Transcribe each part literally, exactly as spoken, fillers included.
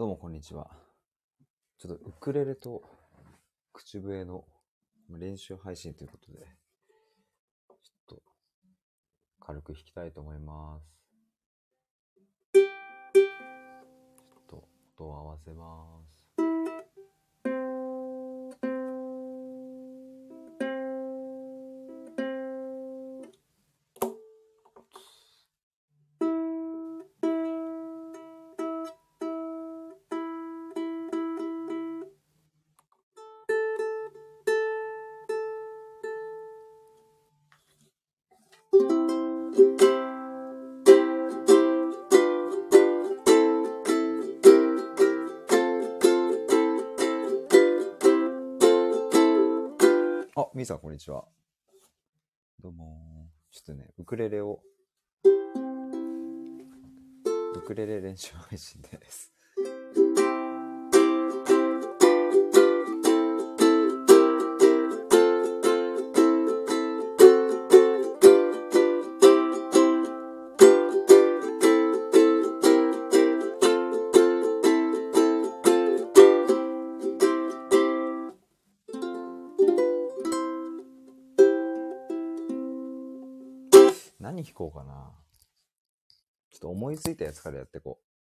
どうもこんにちは。ちょっとウクレレと口笛の練習配信ということで、ちょっと軽く弾きたいと思います。ちょっと音を合わせます。あ、みーさんこんにちは。どうも。ちょっとね、ウクレレを、ウクレレ練習配信です。何弾こうかな。ちょっと思いついたやつからやっていこう。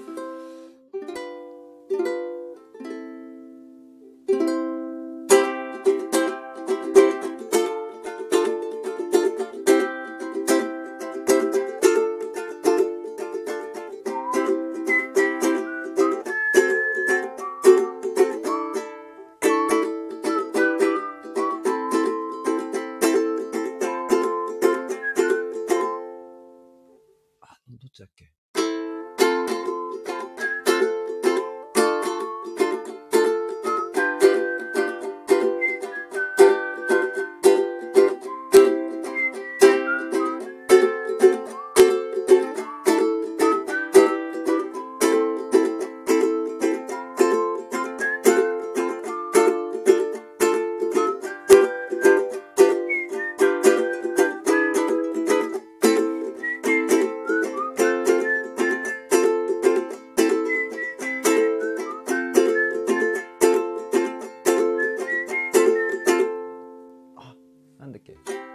どっちだっけ？なんだっけ？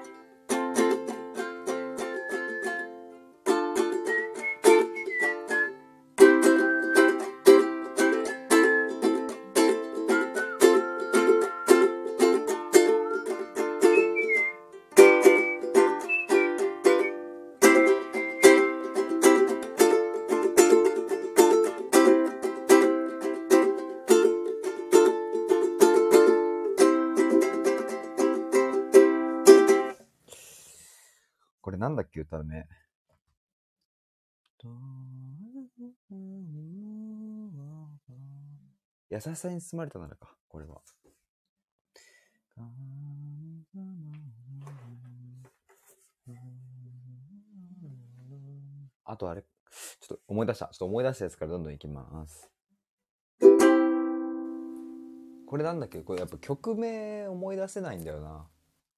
これなんだっけ歌名。優しさに包まれたならか、これは。あとあれ、ちょっと思い出した。ちょっと思い出したやつからどんどんいきます。これなんだっけ？これやっぱ曲名思い出せないんだよな。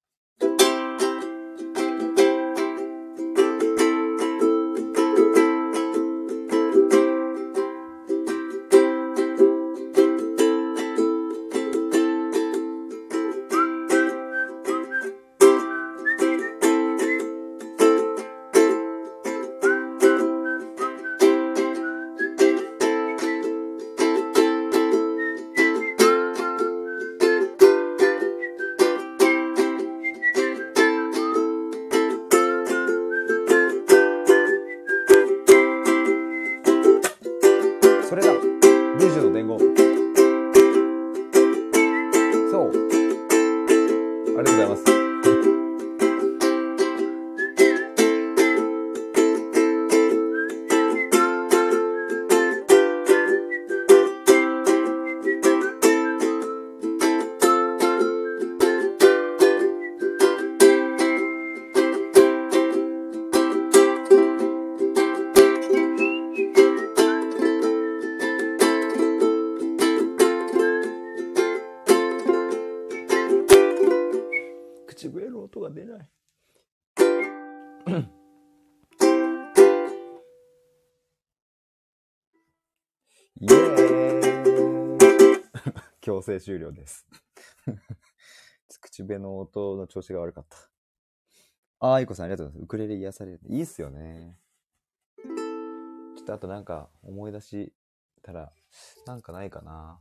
それだ、リュージュの伝言。そう、ありがとうございます。口笛の音が出ない。 イエーイ強制終了です。口笛の音の調子が悪かった。あー、いこさんありがとうございます。ウクレレ癒される。いいっすよね。ちょっとあとなんか思い出したら、なんかないかな。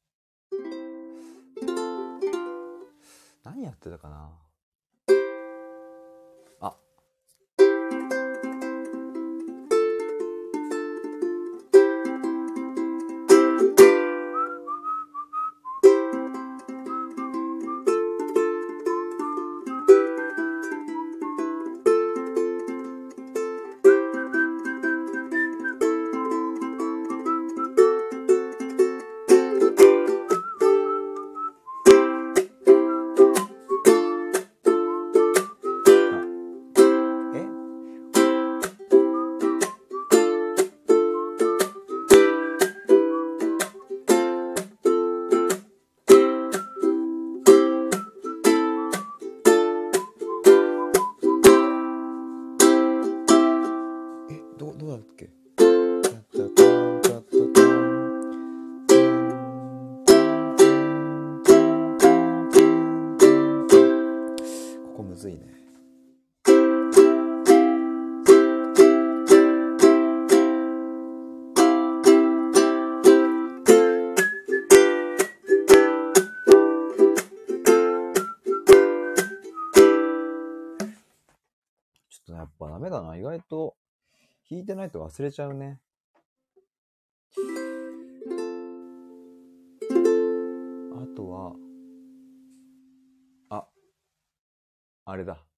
何やってたかな。あ、ど, どうだっけ。ここむずいね。ちょっとやっぱダメだな。意外と弾いてないと忘れちゃうね。あとは、あ、あれだ。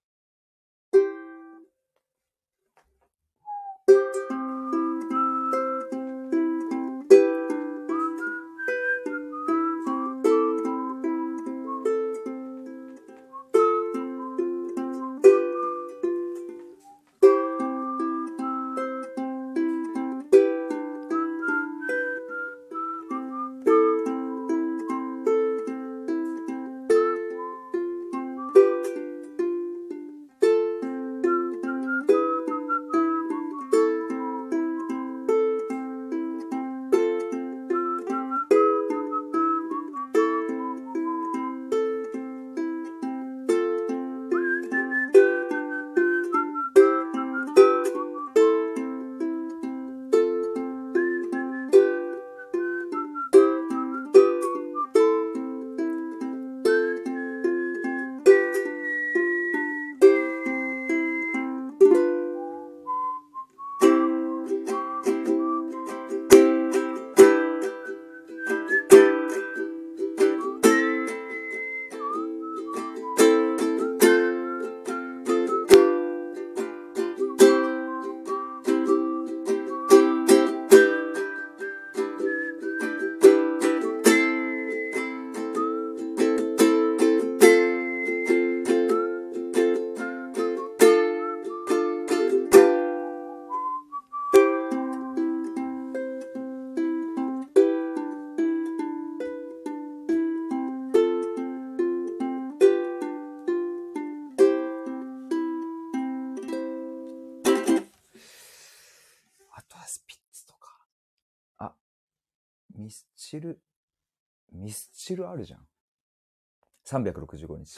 ミスチル、ミスチルあるじゃん。さんびゃくろくじゅうごにち。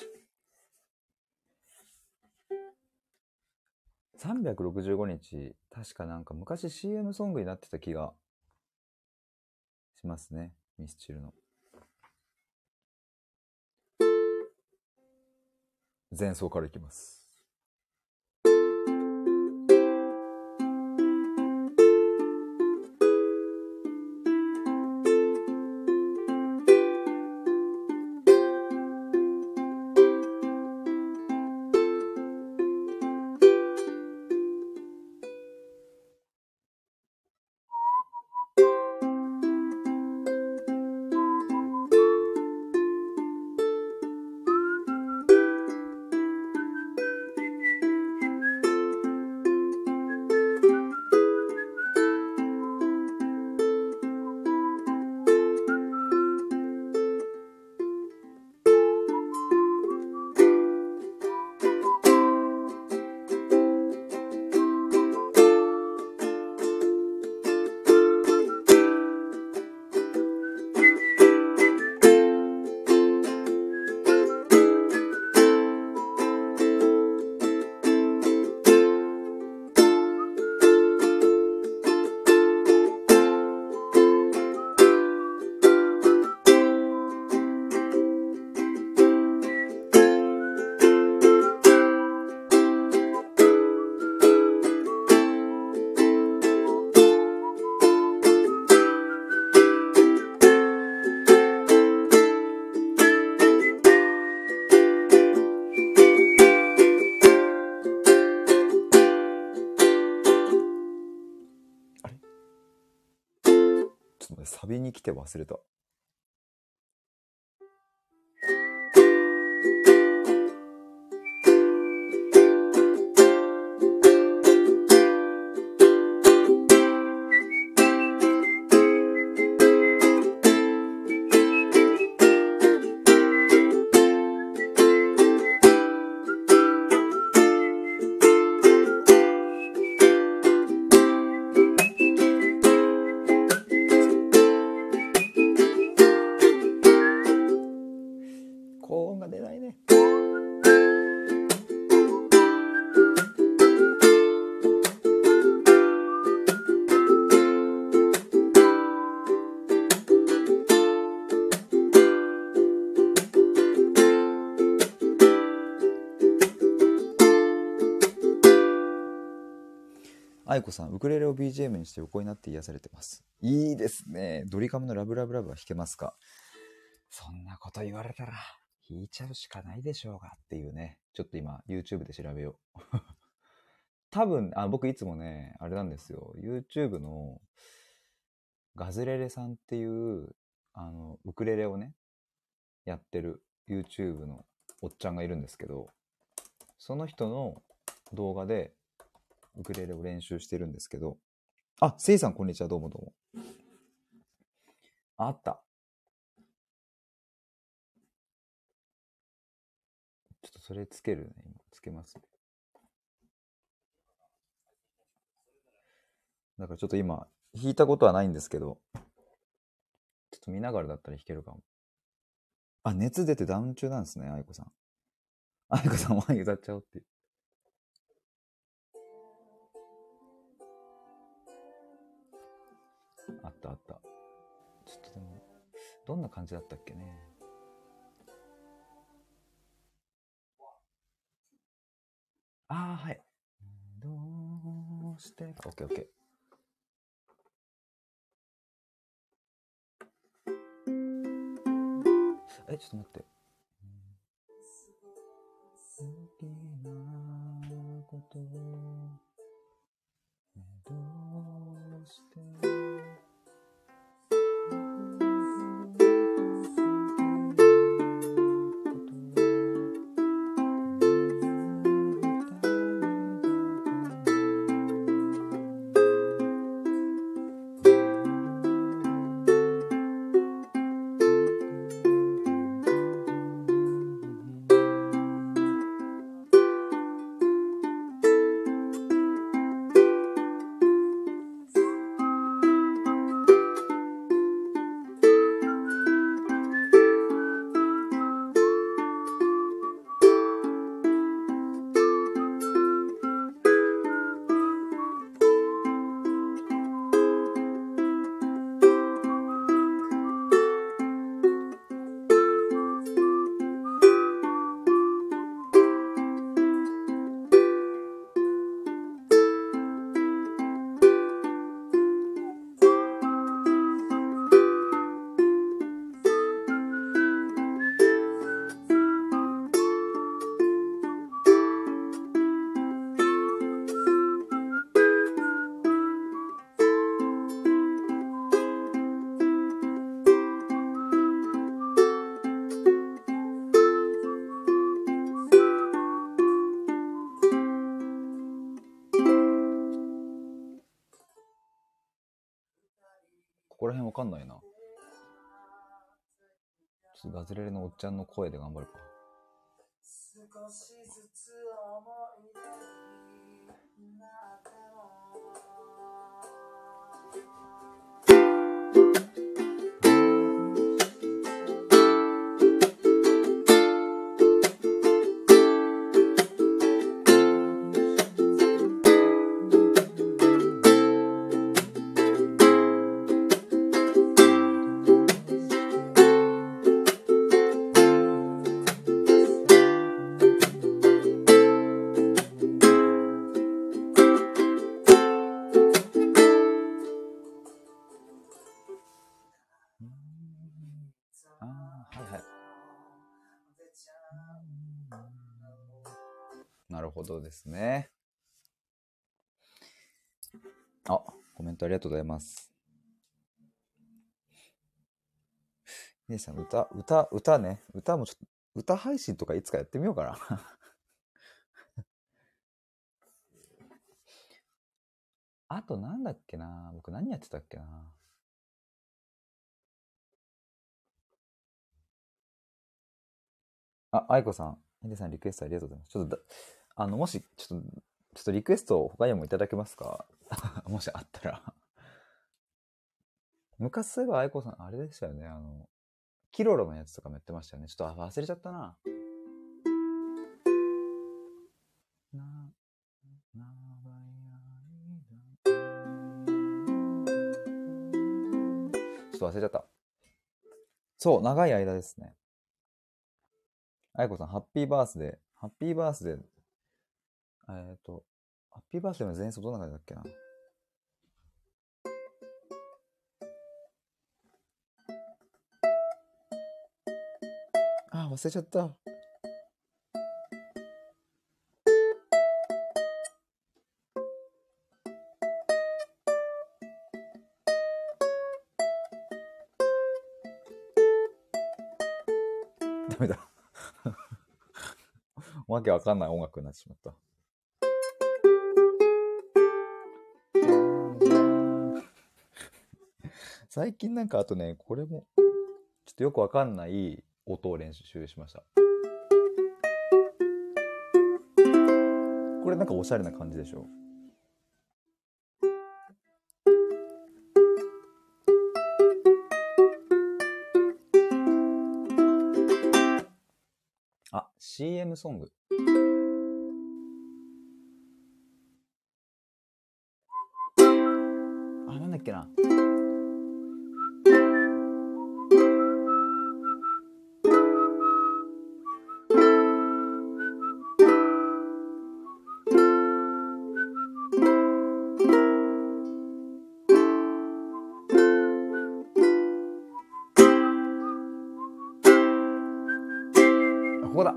さんびゃくろくじゅうごにち、確かなんか昔 シーエム ソングになってた気がしますね。ミスチルの。前奏からいきます。 ちょっと待って、サビに来て忘れた。高音が出ないね。愛子さん、ウクレレを ビージーエム にして横になって癒されてます。いいですね。ドリカムのラブラブラブは弾けますか？そんなこと言われたら弾いちゃうしかないでしょうがっていうね。ちょっと今 YouTube で調べよう。多分あ、僕いつもね、あれなんですよ。YouTube のガズレレさんっていうあのウクレレをね、やってる YouTube のおっちゃんがいるんですけど、その人の動画でウクレレを練習してるんですけど、あ、せいさんこんにちは、どうもどうも。あった。ちょっとそれつけるね、今。つけますね。だからちょっと今、弾いたことはないんですけど、ちょっと見ながらだったら弾けるかも。あ、熱出てダウン中なんですね、愛子さん。愛子さん、前歌っちゃおうっていう。あったあった。ちょっとでも、どんな感じだったっけね。ああ、はい。どうして、オッケーオッケー。え、ちょっと待って。好きなことどうしてここら辺わかんないな。ちょっとガズレレのおっちゃんの声で頑張るか。少しずつ思い出になってなるほどですね。あ、コメントありがとうございます。 姉さん、歌、歌、歌ね。歌もちょっと、歌配信とかいつかやってみようかな。あとなんだっけな、僕何やってたっけな。あ、愛子さん、ヒデさんリクエストありがとうございます。ちょっとだ、あの、もし、ちょっと、ちょっとリクエスト他にもいただけますか？もしあったら。昔そういえば愛子さん、あれでしたよね、あの、キロロのやつとかもやってましたよね。ちょっと忘れちゃったな。な、なちょっと忘れちゃった。そう、長い間ですね。愛子さん、ハッピーバースデー。ハッピーバースデー。えっ、ー、と、ハッピーバースデーの前奏どんな感じだっけな。あ、忘れちゃった。ダメだ。わけわかんない音楽になってしまった。最近なんかあとね、これも、ちょっとよくわかんない音を練習しました。これなんかおしゃれな感じでしょ。あ、シーエム ソング。あ、なんだっけな。ここだ。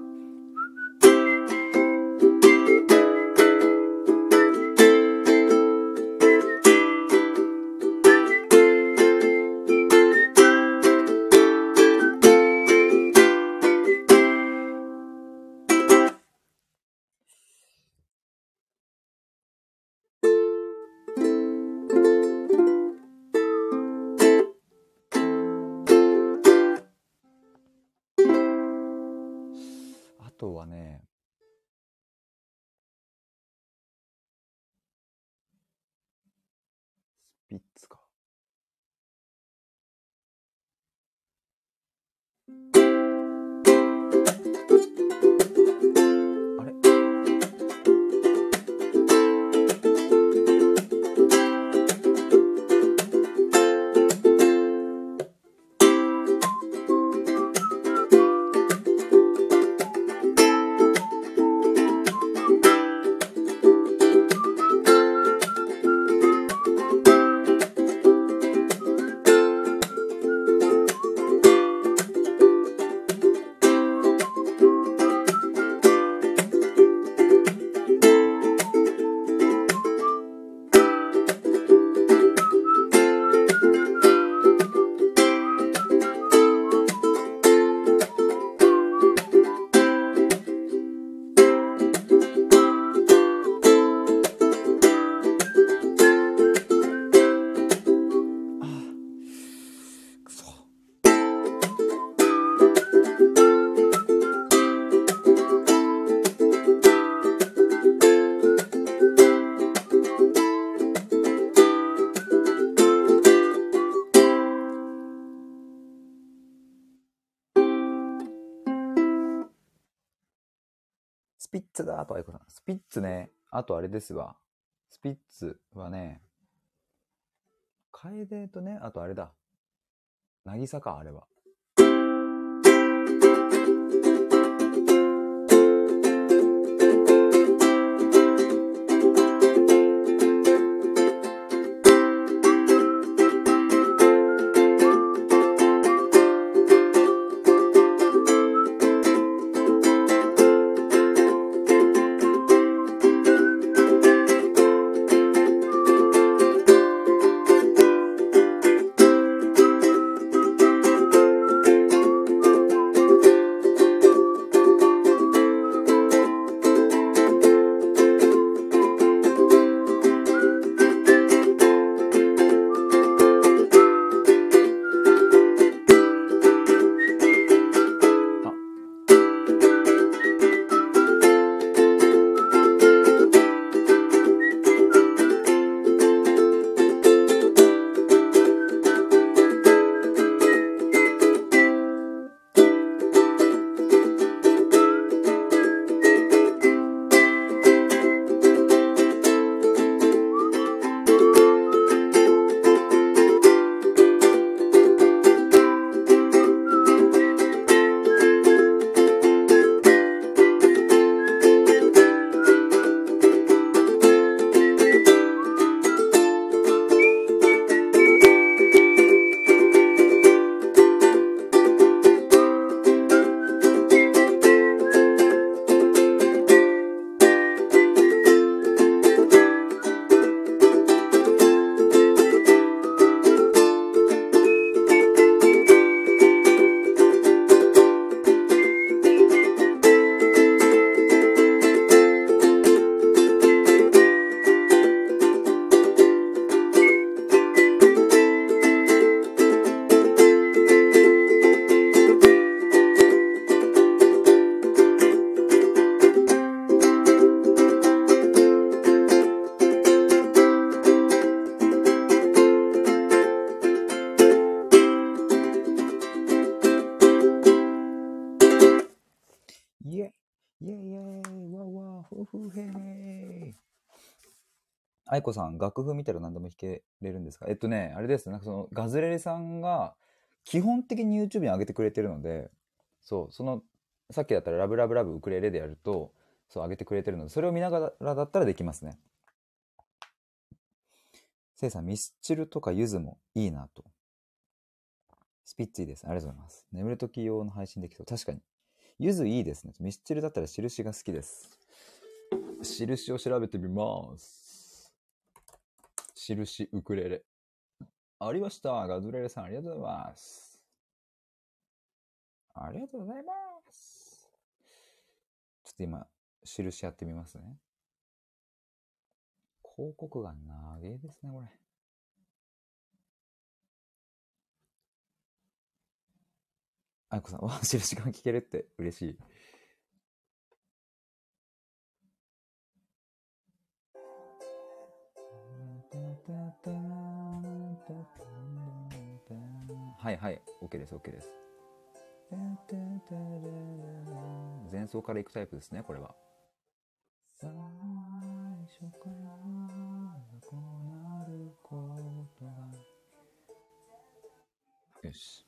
あとはね、スピッツか。あれ？スピッツだと愛子さん。スピッツね、あとあれですわ。スピッツはね、楓とね、あとあれだ。渚か、あれは。 愛子さん、楽譜見たら何でも弾けれるんですか？えっとね、あれです。なんかその、ガズレレさんが、基本的に YouTube に上げてくれてるので、そう、その、さっきだったらラブラブラブウクレレでやると、そう、上げてくれてるので、それを見ながらだったらできますね。せいさん、ミスチルとかユズもいいなと。スピッツいいです。ありがとうございます。眠るとき用の配信できそう。確かに。ユズいいですね。ミスチルだったら印が好きです。印を調べてみます。印ウクレレ。ありました。ガズレレさん、ありがとうございます。ありがとうございます。ちょっと今、印やってみますね。広告が長いですね、これ。あいこさん、わ、印が聞けるって嬉しい。はいはい、OK です、OK です。前奏から行くタイプですね、これは。最初からこうなることが。よし。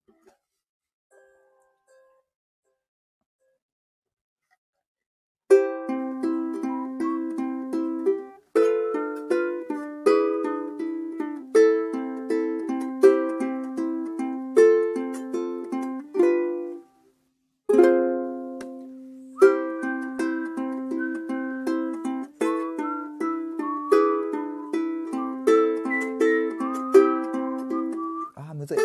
あー、むずい。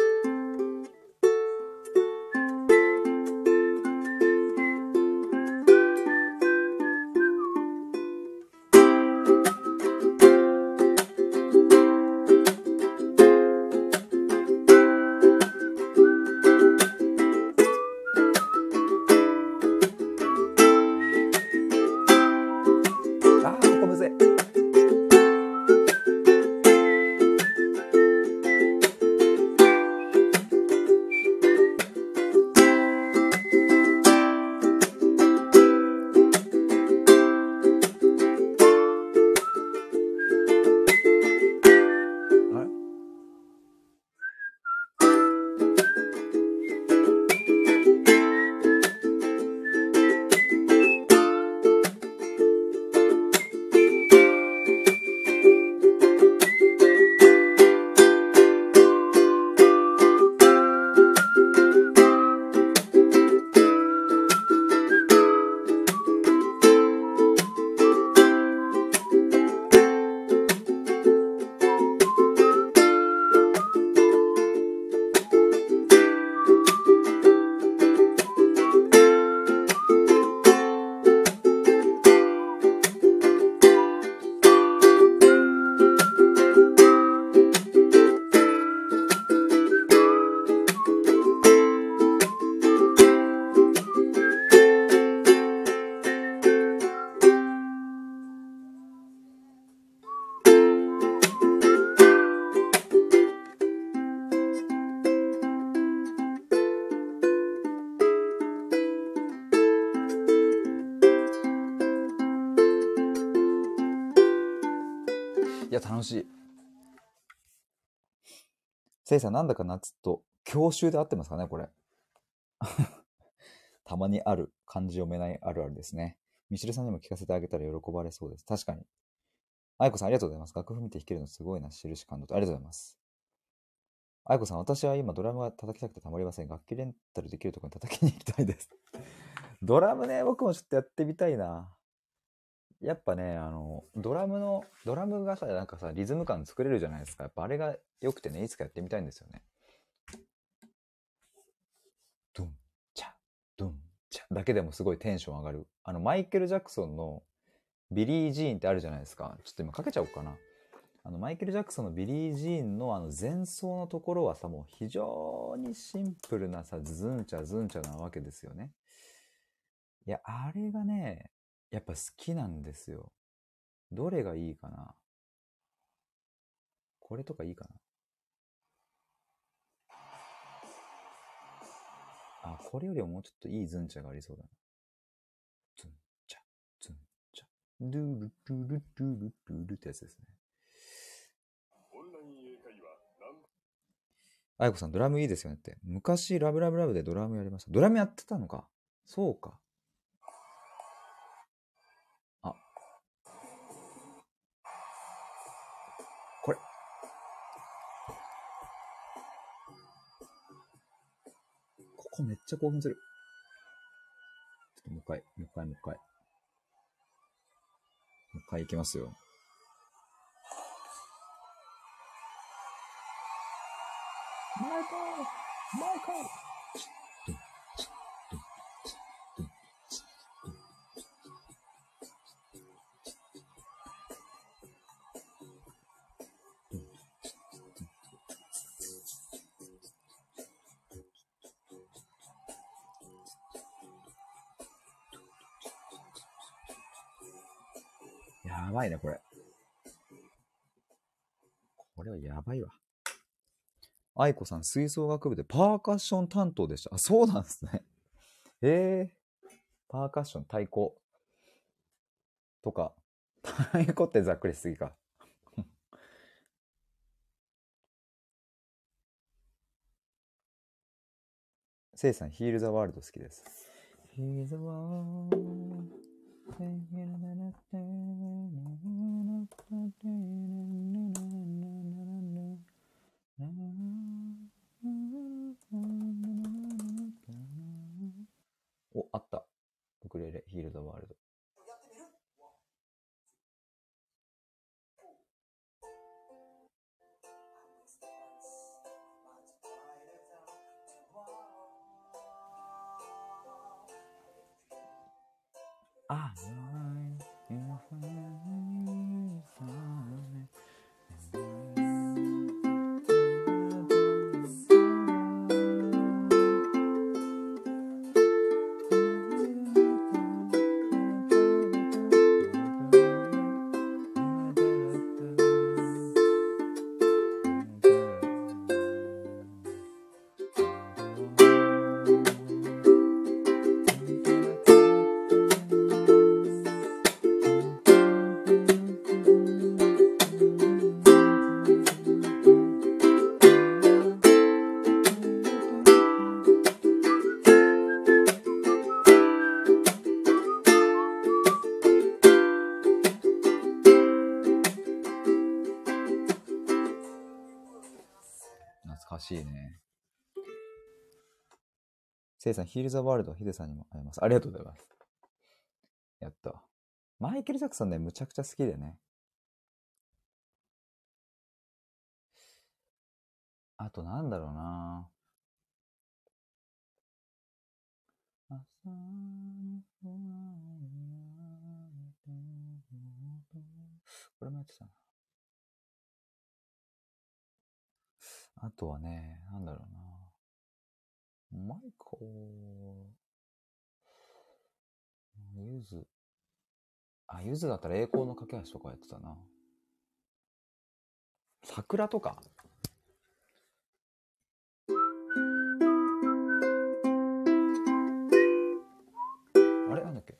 あー、ここむずい。あれいや、楽しい。せいさん、なんだか夏と教習で合ってますかね、これ。たまにある漢字読めないあるあるですね。みしるさんにも聞かせてあげたら喜ばれそうです。確かに。あいこさん、ありがとうございます。楽譜見て弾けるのすごいな。印感動と。ありがとうございます。あいこさん、私は今ドラムが叩きたくてたまりません。楽器レンタルできるところに叩きに行きたいです。ドラムね、僕もちょっとやってみたいな。やっぱね、あの、ドラムの、ドラムがさ、なんかさ、リズム感作れるじゃないですか。やっぱあれが良くてね、いつかやってみたいんですよね。ドン、チャ、ドン、チャだけでもすごいテンション上がる。あの、マイケル・ジャクソンのビリー・ジーンってあるじゃないですか。ちょっと今かけちゃおうかな。あの、マイケル・ジャクソンのビリー・ジーンのあの前奏のところはさ、もう非常にシンプルなさ、ズンチャズンチャなわけですよね。いや、あれがね、やっぱ好きなんですよ。どれがいいかな。これとかいいかな。あ、これよりももうちょっといいズンチャがありそうだな。ズンチャ、ズンチャ。 ドゥルドゥルドゥルドゥルってやつですね。あいこさん、ドラムいいですよねって。昔、ラブラブラブでドラムやりました。ドラムやってたのか。そうか。あ。これ。ここめっちゃ興奮する。ちょっともう一回、もう一回、もう一回。もう一回いきますよ。マイカーマイカーやばいね、これ。これはやばいわ。愛子さん、吹奏楽部でパーカッション担当でした。あ、そうなんですね。えー、パーカッション、太鼓とか。太鼓ってざっくりしすぎか。せいさん、ヒール・ザ・ワールド好きです。ヒール・ザ・ワールド。お、あった。ウクレレ、ヒール・ザ・ワールド。あ、懐かしいね。せいさん、ヒール・ザ・ワールド、ヒデさんにも会えます。ありがとうございます。やった。マイケル・ジャクソンね、むちゃくちゃ好きでね。あとなんだろうな。これもやってたな。あとはね、なんだろうな。マイコー、ゆず。あ、ゆずだったら栄光の架け橋とかやってたな。桜とかあれなんだっけ。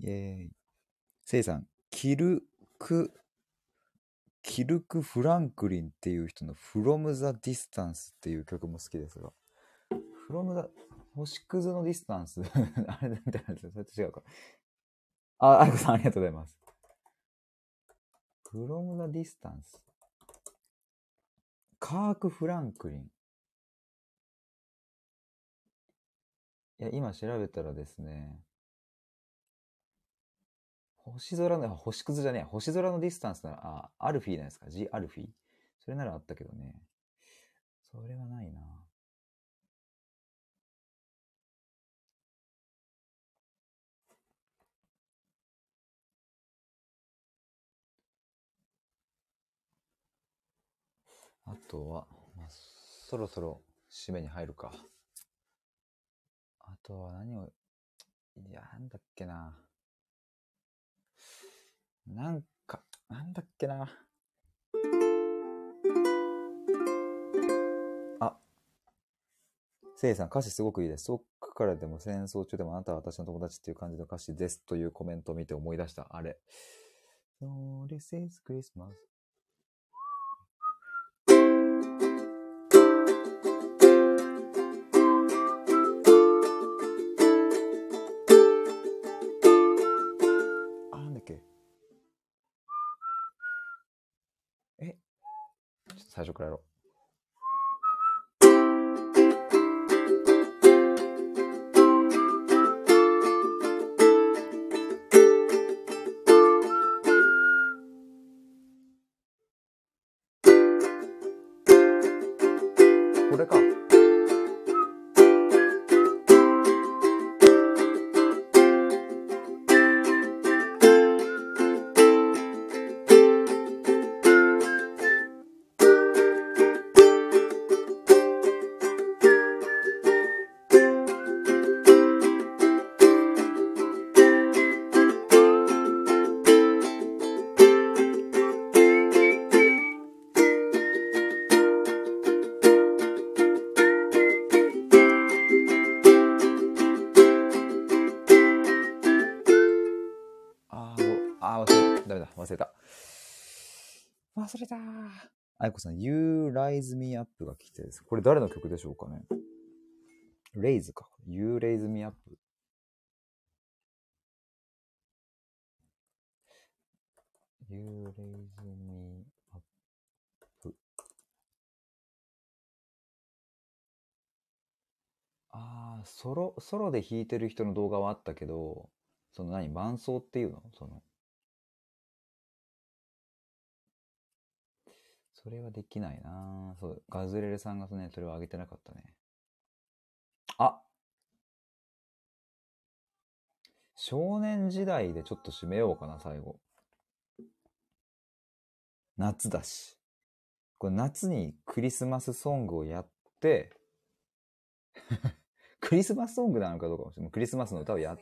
イエーイ。せいさん、キルク、キルク・フランクリンっていう人の From the Distance っていう曲も好きですが、From the 星屑のディスタンスあれみたいなんですよ。それと違うか。あ、あいこさんありがとうございます。From the Distance。カーク・フランクリン。いや、今調べたらですね、星空の、星屑じゃねえ、星空のディスタンスなら、あ、アルフィーなんですか？ G アルフィー？それならあったけどね。それはないな。あとは、まあ、そろそろ締めに入るか。あとは何を、いや、なんだっけな。なんか、なんだっけな。あ、せいさん、歌詞すごくいいです。遠くからでも戦争中でもあなたは私の友達っていう感じの歌詞ですというコメントを見て思い出した。あれ。So this is Christmas. あ、なんだっけ。え、ちょっと最初からやろう。これか。忘れた。忘れた。あいこさん、You Raise Me Up が来てです。これ誰の曲でしょうかね。レイズか。You Raise Me Up。You Raise Me Up。ああ、ソロ、ソロで弾いてる人の動画はあったけど、その何、伴奏っていうのその。それはできないな。そう、ガズレレさんがね、それを上げてなかったね。あ、少年時代でちょっと締めようかな、最後。夏だし。これ夏にクリスマスソングをやって、クリスマスソングなのかどうかもしれない。クリスマスの歌をやって、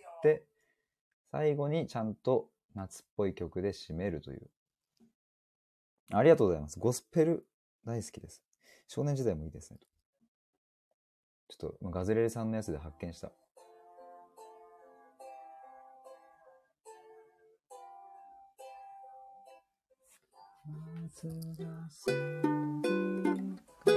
最後にちゃんと夏っぽい曲で締めるという。ありがとうございます。ゴスペル大好きです。少年時代もいいですね。ちょっとガズレレさんのやつで発見した。夏が過ぎ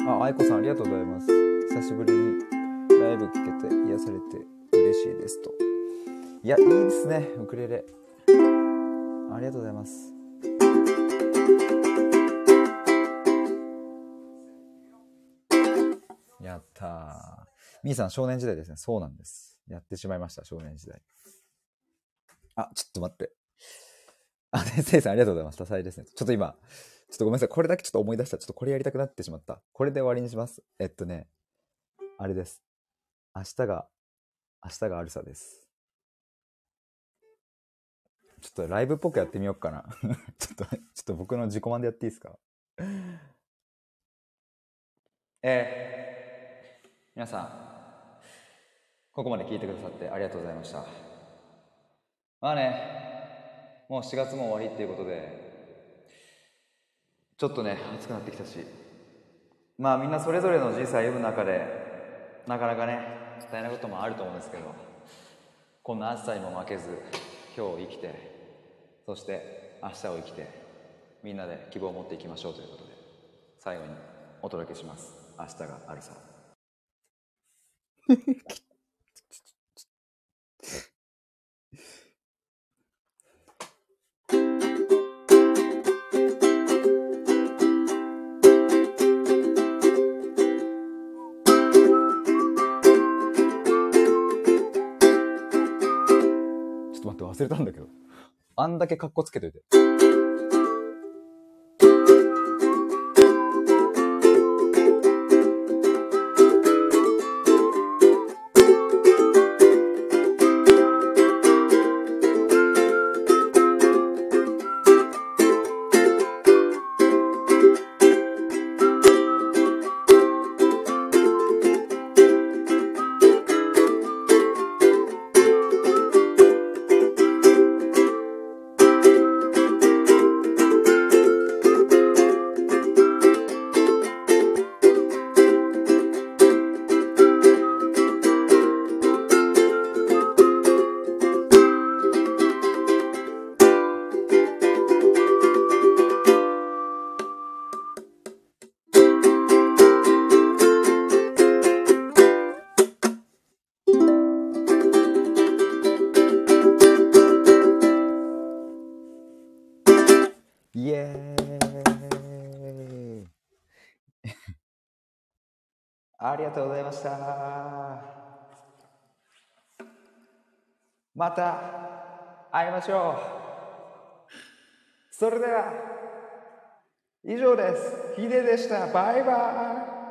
あ、愛子さんありがとうございます。久しぶりにライブ聞けて癒されて嬉しいですと。いや、いいですね、ウクレレ。ありがとうございます。やったー。みーさん、少年時代ですね。そうなんです。やってしまいました、少年時代。あ、ちょっと待って。あ、ね、せいさんありがとうございます。多彩ですね。ちょっと今、ちょっとごめんなさい。これだけちょっと思い出した。ちょっとこれやりたくなってしまった。これで終わりにします。えっとね、あれです。明日が、明日がアルサです。ちょっとライブっぽくやってみようかな。ちょっと、ちょっと僕の自己満でやっていいですか？えー、皆さん、ここまで聞いてくださってありがとうございました。まあね、もうしちがつも終わりっていうことで、ちょっとね、暑くなってきたし、まあみんなそれぞれの人生歩む中で、なかなかね、大変なこともあると思うんですけど、こんな暑さにも負けず、今日を生きて、そして明日を生きて、みんなで希望を持っていきましょうということで、最後にお届けします。明日があるさ。ちょっと待って、忘れたんだけど。あんだけカッコつけといて。イエーイありがとうございました。また会いましょう。それでは以上です。ヒデでした。バイバイ。